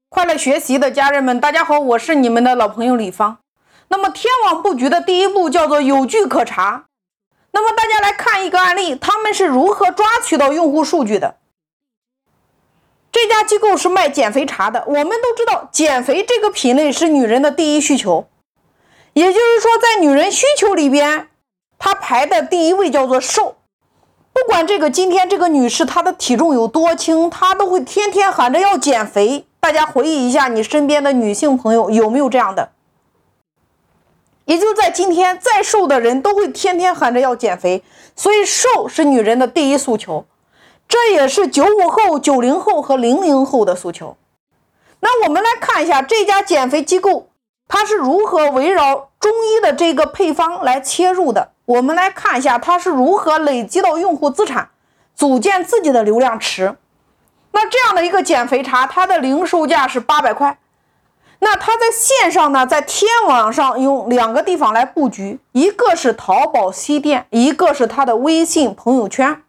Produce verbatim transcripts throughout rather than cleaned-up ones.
快乐学习的家人们，大家好，我是你们的老朋友李芳。那么天网布局的第一步叫做有据可查。那么大家来看一个案例，他们是如何抓取到用户数据的。这家机构是卖减肥茶的，我们都知道减肥这个品类是女人的第一需求，也就是说在女人需求里边，它排的第一位叫做瘦。不管这个今天这个女士她的体重有多轻，她都会天天喊着要减肥。大家回忆一下你身边的女性朋友有没有这样的？也就在今天，再瘦的人都会天天喊着要减肥，所以瘦是女人的第一诉求，这也是九五后、九零后和零零后的诉求。那我们来看一下这家减肥机构，它是如何围绕中医的这个配方来切入的。我们来看一下它是如何累积到用户资产，组建自己的流量池。那这样的一个减肥茶，它的零售价是八百块。那它在线上呢，在天网上用两个地方来布局，一个是淘宝西店，一个是它的微信朋友圈。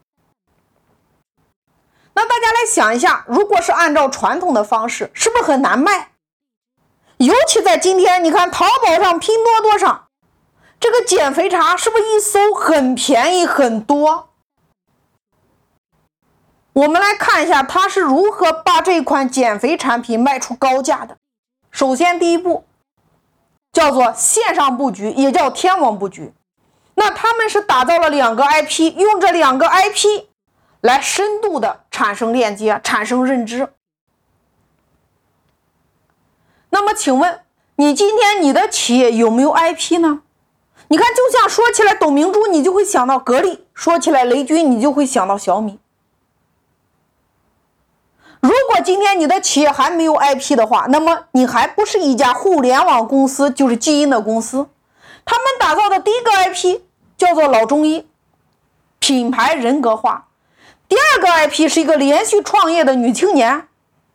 那大家来想一下，如果是按照传统的方式，是不是很难卖？尤其在今天，你看淘宝上、拼多多上，这个减肥茶是不是一搜很便宜很多？我们来看一下它是如何把这款减肥产品卖出高价的。首先第一步叫做线上布局，也叫天网布局。那他们是打造了两个 I P， 用这两个 I P 来深度的产生链接，产生认知。那么请问你今天你的企业有没有 I P 呢？你看，就像说起来董明珠，你就会想到格力；说起来雷军，你就会想到小米。如果今天你的企业还没有 I P 的话，那么你还不是一家互联网公司，就是基因的公司。他们打造的第一个 I P 叫做老中医，品牌人格化。第二个 I P 是一个连续创业的女青年，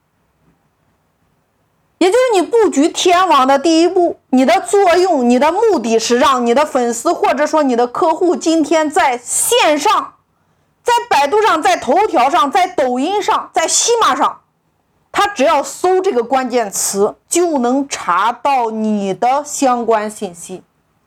也就是你布局天网的第一步，你的作用，你的目的是让你的粉丝或者说你的客户今天在线上，在百度上，在头条上，在抖音上，在西马上，他只要搜这个关键词就能查到你的相关信息。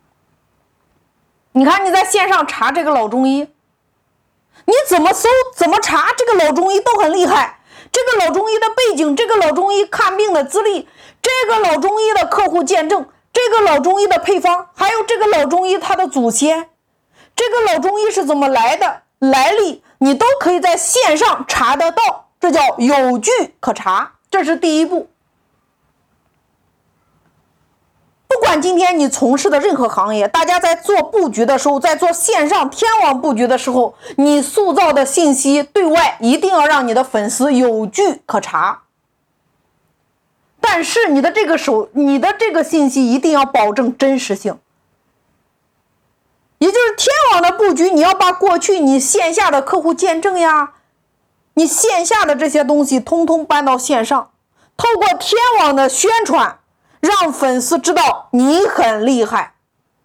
你看你在线上查这个老中医，你怎么搜怎么查这个老中医都很厉害，这个老中医的背景，这个老中医看病的资历，这个老中医的客户见证，这个老中医的配方，还有这个老中医他的祖先，这个老中医是怎么来的，来历你都可以在线上查得到，这叫有据可查，这是第一步。不管今天你从事的任何行业，大家在做布局的时候，在做线上天网布局的时候，你塑造的信息对外一定要让你的粉丝有据可查。但是你的这个手，你的这个信息一定要保证真实性。也就是天网的布局，你要把过去你线下的客户见证呀，你线下的这些东西通通搬到线上，透过天网的宣传，让粉丝知道你很厉害。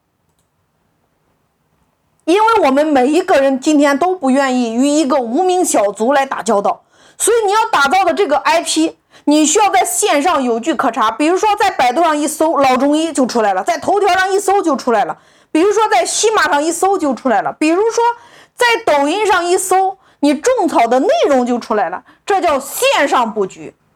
因为我们每一个人今天都不愿意与一个无名小卒来打交道，所以你要打造的这个 I P， 你需要在线上有据可查。比如说在百度上一搜老中医就出来了，在头条上一搜就出来了，比如说在西马上一搜就出来了，比如说在抖音上一搜，你种草的内容就出来了，这叫线上布局。